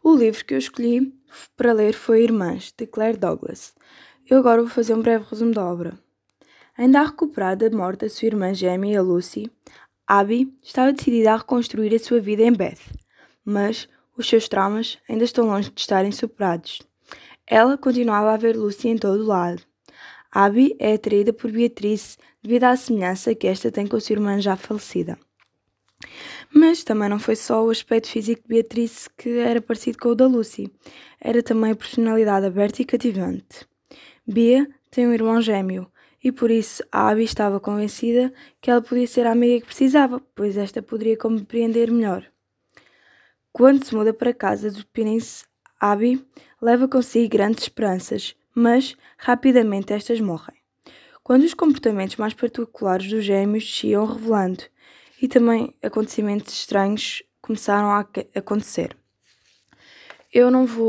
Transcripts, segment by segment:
O livro que eu escolhi para ler foi Irmãs, de Claire Douglas. Eu agora vou fazer um breve resumo da obra. Ainda a recuperar da morte da sua irmã gêmea, Lucy, Abby estava decidida a reconstruir a sua vida em Beth, mas os seus traumas ainda estão longe de estarem superados. Ela continuava a ver Lucy em todo o lado. Abby é atraída por Beatrice devido à semelhança que esta tem com a sua irmã já falecida. Mas também não foi só o aspecto físico de Beatrice que era parecido com o da Lucy, era também a personalidade aberta e cativante. Bea tem um irmão gêmeo e por isso a Abby estava convencida que ela podia ser a amiga que precisava, pois esta poderia compreender melhor. Quando se muda para casa dos Phoenix, Abby leva consigo grandes esperanças, mas rapidamente estas morrem. Quando os comportamentos mais particulares dos gêmeos se iam revelando e também acontecimentos estranhos começaram a acontecer. Eu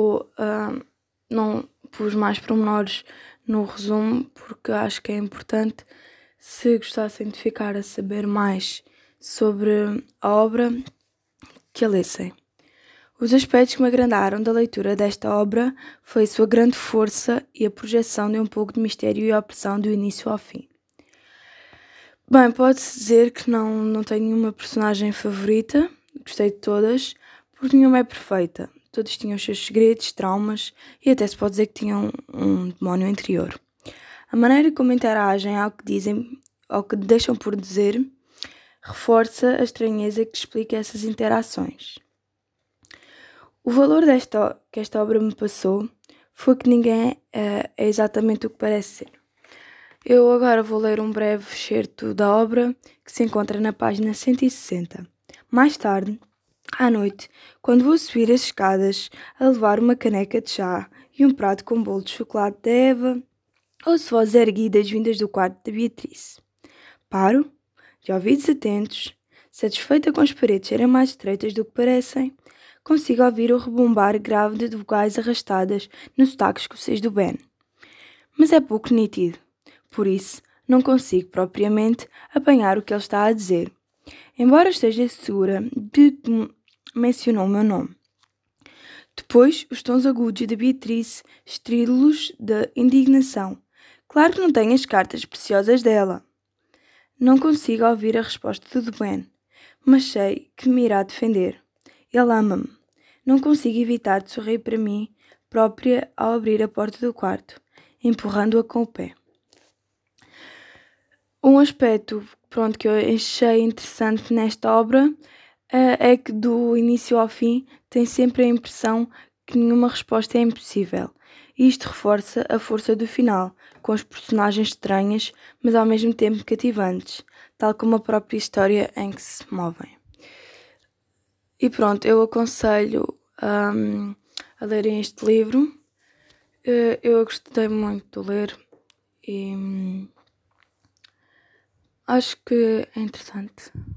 não pus mais pormenores no resumo porque acho que é importante, se gostassem de ficar a saber mais sobre a obra, que a lessem. Os aspectos que me agradaram da leitura desta obra foi a sua grande força e a projeção de um pouco de mistério e opressão do início ao fim. Bem, pode-se dizer que não tenho nenhuma personagem favorita, gostei de todas, porque nenhuma é perfeita. Todos tinham os seus segredos, traumas e até se pode dizer que tinham um demónio interior. A maneira como interagem ao que dizem, ao que deixam por dizer, reforça a estranheza que explica essas interações. O valor que esta obra me passou foi que ninguém é exatamente o que parece ser. Eu agora vou ler um breve excerto da obra que se encontra na página 160. Mais tarde, à noite, quando vou subir as escadas a levar uma caneca de chá e um prato com bolo de chocolate da Eva, ouço vozes erguidas vindas do quarto da Beatrice. Paro, de ouvidos atentos, satisfeita com as paredes serem mais estreitas do que parecem, consigo ouvir o rebombar grave de vogais arrastadas no sotaque escocês do Ben. Mas é pouco nítido, por isso não consigo propriamente apanhar o que ele está a dizer, embora esteja segura de que mencionou o meu nome. Depois, os tons agudos de Beatrice, estrídulos de indignação. Claro que não tenho as cartas preciosas dela. Não consigo ouvir a resposta do Ben, mas sei que me irá defender. Ele ama-me. Não consigo evitar de sorrir para mim própria ao abrir a porta do quarto, empurrando-a com o pé. Um aspecto que eu achei interessante nesta obra é que do início ao fim tem sempre a impressão que nenhuma resposta é impossível. E isto reforça a força do final, com as personagens estranhas, mas ao mesmo tempo cativantes, tal como a própria história em que se movem. E pronto, eu aconselho a lerem este livro. Eu gostei muito de ler e acho que é interessante.